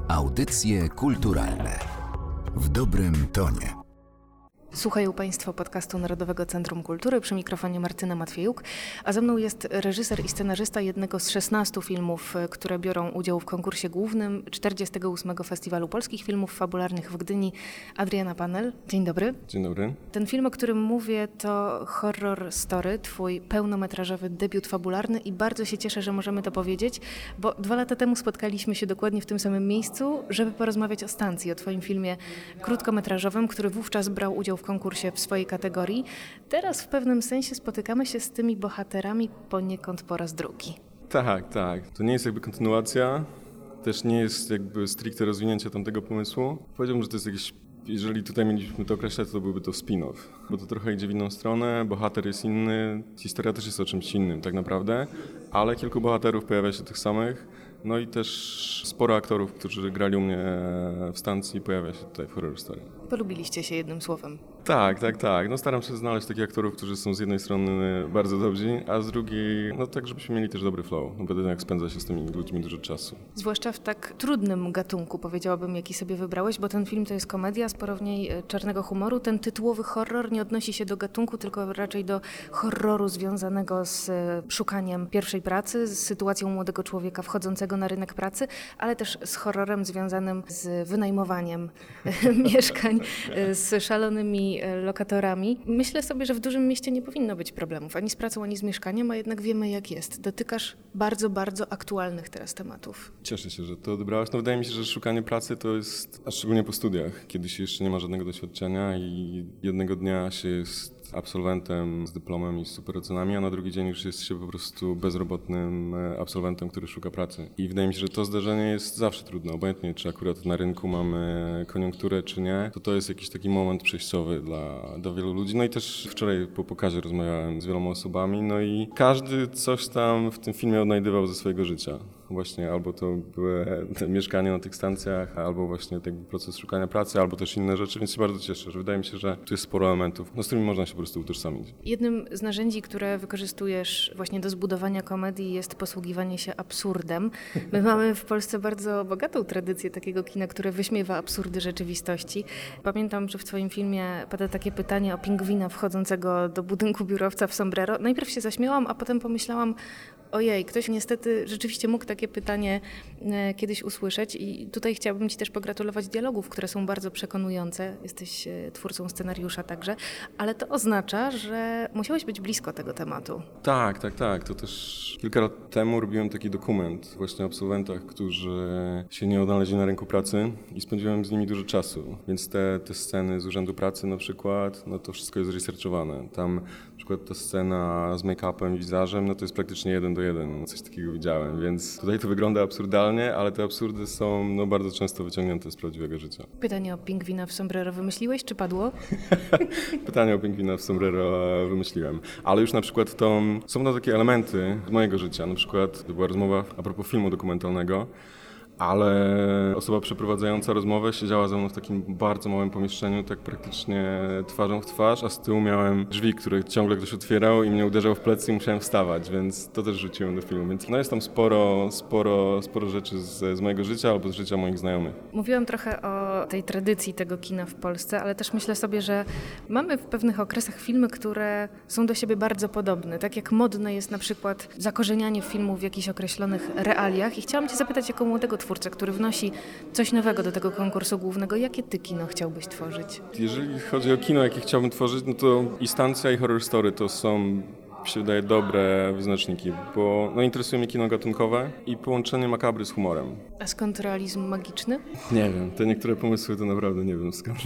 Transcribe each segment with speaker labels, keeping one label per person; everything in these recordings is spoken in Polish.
Speaker 1: Audycje kulturalne w dobrym tonie.
Speaker 2: Słuchają Państwo podcastu Narodowego Centrum Kultury, przy mikrofonie Martyna Matwiejuk, a ze mną jest reżyser i scenarzysta jednego z 16 filmów, które biorą udział w konkursie głównym 48. Festiwalu Polskich Filmów Fabularnych w Gdyni, Adrian Appanel. Dzień dobry.
Speaker 3: Dzień dobry.
Speaker 2: Ten film, o którym mówię, to Horror Story, twój pełnometrażowy debiut fabularny i bardzo się cieszę, że możemy to powiedzieć, bo 2 lata temu spotkaliśmy się dokładnie w tym samym miejscu, żeby porozmawiać o Stancji, o twoim filmie krótkometrażowym, który wówczas brał udział w konkursie w swojej kategorii. Teraz w pewnym sensie spotykamy się z tymi bohaterami poniekąd po raz drugi.
Speaker 3: Tak. To nie jest jakby kontynuacja, też nie jest jakby stricte rozwinięcie tamtego pomysłu. Powiedziałbym, że to jest jakiś, jeżeli tutaj mieliśmy to określać, to byłby to spin-off, bo to trochę idzie w inną stronę, bohater jest inny, historia też jest o czymś innym tak naprawdę, ale kilku bohaterów pojawia się tych samych. No i też sporo aktorów, którzy grali u mnie w Stancji, pojawia się tutaj w Horror Story.
Speaker 2: Polubiliście się jednym słowem.
Speaker 3: Tak. No staram się znaleźć takich aktorów, którzy są z jednej strony bardzo dobrzy, a z drugiej, no tak, żebyśmy mieli też dobry flow, bo jednak spędza się z tymi ludźmi dużo czasu.
Speaker 2: Zwłaszcza w tak trudnym gatunku, powiedziałabym, jaki sobie wybrałeś, bo ten film to jest komedia, sporo w niej czarnego humoru. Ten tytułowy horror nie odnosi się do gatunku, tylko raczej do horroru związanego z szukaniem pierwszej pracy, z sytuacją młodego człowieka wchodzącego na rynek pracy, ale też z horrorem związanym z wynajmowaniem mieszkań, z szalonymi lokatorami. Myślę sobie, że w dużym mieście nie powinno być problemów ani z pracą, ani z mieszkaniem, a jednak wiemy jak jest. Dotykasz bardzo, bardzo aktualnych teraz tematów.
Speaker 3: Cieszę się, że to odebrałaś. No wydaje mi się, że szukanie pracy to jest, a szczególnie po studiach, kiedy się jeszcze nie ma żadnego doświadczenia i jednego dnia się jest absolwentem z dyplomem i z super ocenami, a na drugi dzień już jest się po prostu bezrobotnym absolwentem, który szuka pracy. I wydaje mi się, że to zdarzenie jest zawsze trudne, obojętnie czy akurat na rynku mamy koniunkturę, czy nie. To jest jakiś taki moment przejściowy dla wielu ludzi. No i też wczoraj po pokazie rozmawiałem z wieloma osobami, no i każdy coś tam w tym filmie odnajdywał ze swojego życia. Właśnie albo to były te mieszkania na tych stancjach, albo właśnie ten proces szukania pracy, albo też inne rzeczy, więc się bardzo cieszę, że wydaje mi się, że tu jest sporo elementów, z którymi można się po prostu utożsamić.
Speaker 2: Jednym z narzędzi, które wykorzystujesz właśnie do zbudowania komedii, jest posługiwanie się absurdem. My mamy w Polsce bardzo bogatą tradycję takiego kina, które wyśmiewa absurdy rzeczywistości. Pamiętam, że w twoim filmie pada takie pytanie o pingwina wchodzącego do budynku biurowca w sombrero. Najpierw się zaśmiałam, a potem pomyślałam, ojej, ktoś niestety rzeczywiście mógł takie pytanie kiedyś usłyszeć i tutaj chciałabym ci też pogratulować dialogów, które są bardzo przekonujące. Jesteś twórcą scenariusza także, ale to oznacza, że musiałeś być blisko tego tematu. Tak.
Speaker 3: To też kilka lat temu robiłem taki dokument właśnie o absolwentach, którzy się nie odnaleźli na rynku pracy i spędziłem z nimi dużo czasu. Więc te sceny z Urzędu Pracy na przykład, no to wszystko jest researchowane. Tam na przykład ta scena z make-upem i wizażem, no to jest praktycznie 1:1. Coś takiego widziałem, więc tutaj to wygląda absurdalnie, ale te absurdy są bardzo często wyciągnięte z prawdziwego życia.
Speaker 2: Pytanie o pingwina w sombrero wymyśliłeś, czy padło?
Speaker 3: Pytanie o pingwina w sombrero wymyśliłem, ale już na przykład są takie elementy z mojego życia, na przykład to była rozmowa a propos filmu dokumentalnego, ale osoba przeprowadzająca rozmowę siedziała ze mną w takim bardzo małym pomieszczeniu, tak praktycznie twarzą w twarz, a z tyłu miałem drzwi, które ciągle ktoś otwierał i mnie uderzał w plecy i musiałem wstawać, więc to też rzuciłem do filmu. Więc jest tam sporo rzeczy z mojego życia albo z życia moich znajomych.
Speaker 2: Mówiłam trochę o tej tradycji tego kina w Polsce, ale też myślę sobie, że mamy w pewnych okresach filmy, które są do siebie bardzo podobne. Tak jak modne jest na przykład zakorzenianie filmów w jakichś określonych realiach. I chciałam cię zapytać jako młodego twórcę, który wnosi coś nowego do tego konkursu głównego, jakie ty kino chciałbyś tworzyć?
Speaker 3: Jeżeli chodzi o kino, jakie chciałbym tworzyć, no to i Stancja, i Horror Story to są, mi się wydaje, dobre wyznaczniki, bo interesuje mnie kino gatunkowe i połączenie makabry z humorem.
Speaker 2: A skąd realizm magiczny?
Speaker 3: Nie wiem, te niektóre pomysły to naprawdę nie wiem skąd.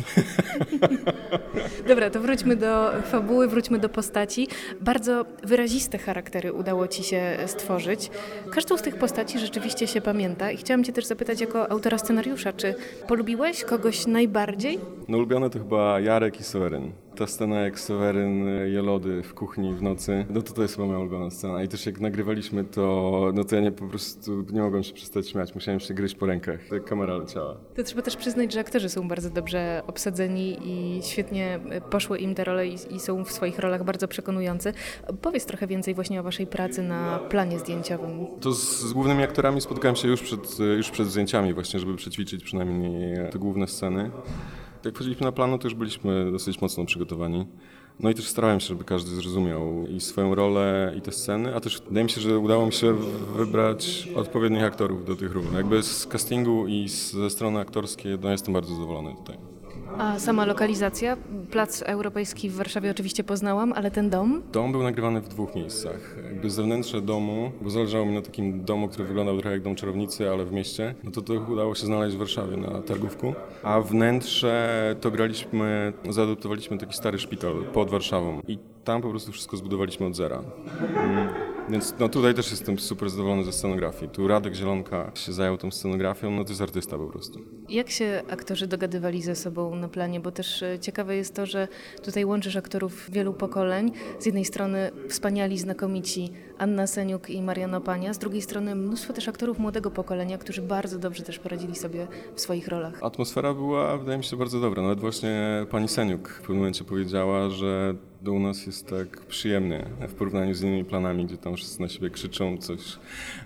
Speaker 2: Dobra, to wróćmy do fabuły, wróćmy do postaci. Bardzo wyraziste charaktery udało ci się stworzyć. Każdą z tych postaci rzeczywiście się pamięta i chciałam cię też zapytać jako autora scenariusza, czy polubiłeś kogoś najbardziej?
Speaker 3: No ulubione to chyba Jarek i Seweryn. ta scena, jak Seweryn je lody w kuchni w nocy, no to jest chyba moja ulubiona scena. I też jak nagrywaliśmy to, no to ja po prostu nie mogłem się przestać śmiać. Musiałem się gryźć po rękach, jak kamera leciała.
Speaker 2: To trzeba też przyznać, że aktorzy są bardzo dobrze obsadzeni i świetnie poszły im te role i są w swoich rolach bardzo przekonujący. Powiedz trochę więcej właśnie o waszej pracy na planie zdjęciowym.
Speaker 3: To z głównymi aktorami spotkałem się już przed zdjęciami właśnie, żeby przećwiczyć przynajmniej te główne sceny. Jak wchodziliśmy na plan, to już byliśmy dosyć mocno przygotowani. No i też starałem się, żeby każdy zrozumiał i swoją rolę, i te sceny, a też wydaje mi się, że udało mi się wybrać odpowiednich aktorów do tych ról. Jakby z castingu i ze strony aktorskiej, no jestem bardzo zadowolony tutaj.
Speaker 2: A sama lokalizacja? Plac Europejski w Warszawie oczywiście poznałam, ale ten dom?
Speaker 3: Dom był nagrywany w 2 miejscach. Jakby zewnętrzne domu, bo zależało mi na takim domu, który wyglądał trochę jak dom czarownicy, ale w mieście. No to udało się znaleźć w Warszawie na Targówku. A wnętrze to zaadoptowaliśmy taki stary szpital pod Warszawą i tam po prostu wszystko zbudowaliśmy od zera. Więc no tutaj też jestem super zadowolony ze scenografii. Tu Radek Zielonka się zajął tą scenografią, no to jest artysta po prostu.
Speaker 2: Jak się aktorzy dogadywali ze sobą na planie? Bo też ciekawe jest to, że tutaj łączysz aktorów wielu pokoleń. Z jednej strony wspaniali, znakomici Anna Seniuk i Marian Opania, z drugiej strony mnóstwo też aktorów młodego pokolenia, którzy bardzo dobrze też poradzili sobie w swoich rolach.
Speaker 3: Atmosfera była, wydaje mi się, bardzo dobra. Nawet właśnie pani Seniuk w pewnym momencie powiedziała, że u nas jest tak przyjemnie w porównaniu z innymi planami, gdzie tam wszyscy na siebie krzyczą coś,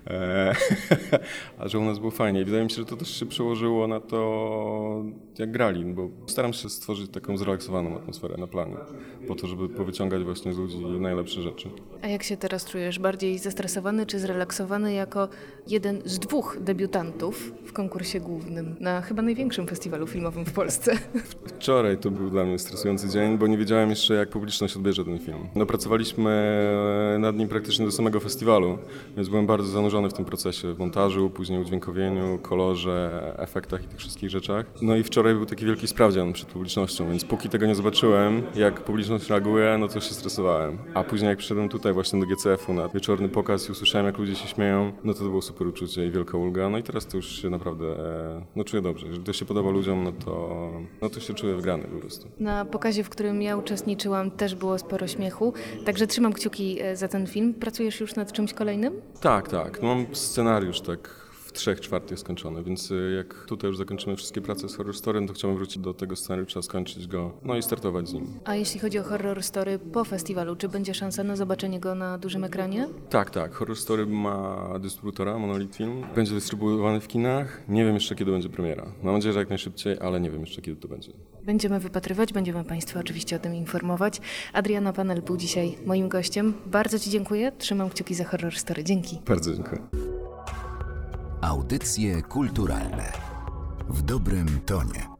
Speaker 3: a że u nas było fajnie. I wydaje mi się, że to też się przełożyło na to, jak grali, bo staram się stworzyć taką zrelaksowaną atmosferę na planie, po to, żeby powyciągać właśnie z ludzi najlepsze rzeczy.
Speaker 2: A jak się teraz czujesz? Bardziej zestresowany czy zrelaksowany jako jeden z 2 debiutantów w konkursie głównym na chyba największym festiwalu filmowym w Polsce?
Speaker 3: Wczoraj to był dla mnie stresujący dzień, bo nie wiedziałem jeszcze, jak publiczność odbierze ten film. No, pracowaliśmy nad nim praktycznie do samego festiwalu, więc byłem bardzo zanurzony w tym procesie, w montażu, później udźwiękowieniu, kolorze, efektach i tych wszystkich rzeczach. No i wczoraj był taki wielki sprawdzian przed publicznością, więc póki tego nie zobaczyłem, jak publiczność reaguje, no to się stresowałem. A później jak przyszedłem tutaj właśnie do GCF-u na wieczorny pokaz i usłyszałem, jak ludzie się śmieją, no to było super uczucie i wielka ulga. No i teraz to już się naprawdę czuję dobrze. Jeżeli to się podoba ludziom, no to się czuję wygrany po prostu.
Speaker 2: Na pokazie, w którym ja uczestniczyłam, też było sporo śmiechu, także trzymam kciuki za ten film. Pracujesz już nad czymś kolejnym?
Speaker 3: Tak. No, mam scenariusz tak w 3/4 skończony, więc jak tutaj już zakończymy wszystkie prace z Horror Story, to chciałbym wrócić do tego scenariusza, skończyć go, no i startować z nim.
Speaker 2: A jeśli chodzi o Horror Story po festiwalu, czy będzie szansa na zobaczenie go na dużym ekranie?
Speaker 3: Tak. Horror Story ma dystrybutora, Monolith Film. Będzie dystrybuowany w kinach. Nie wiem jeszcze, kiedy będzie premiera. Mam nadzieję, że jak najszybciej, ale nie wiem jeszcze, kiedy to będzie.
Speaker 2: Będziemy wypatrywać, będziemy Państwa oczywiście o tym informować. Adriana Panel był dzisiaj moim gościem. Bardzo Ci dziękuję. Trzymam kciuki za Horror Story. Dzięki.
Speaker 3: Bardzo dziękuję.
Speaker 1: Audycje kulturalne w dobrym tonie.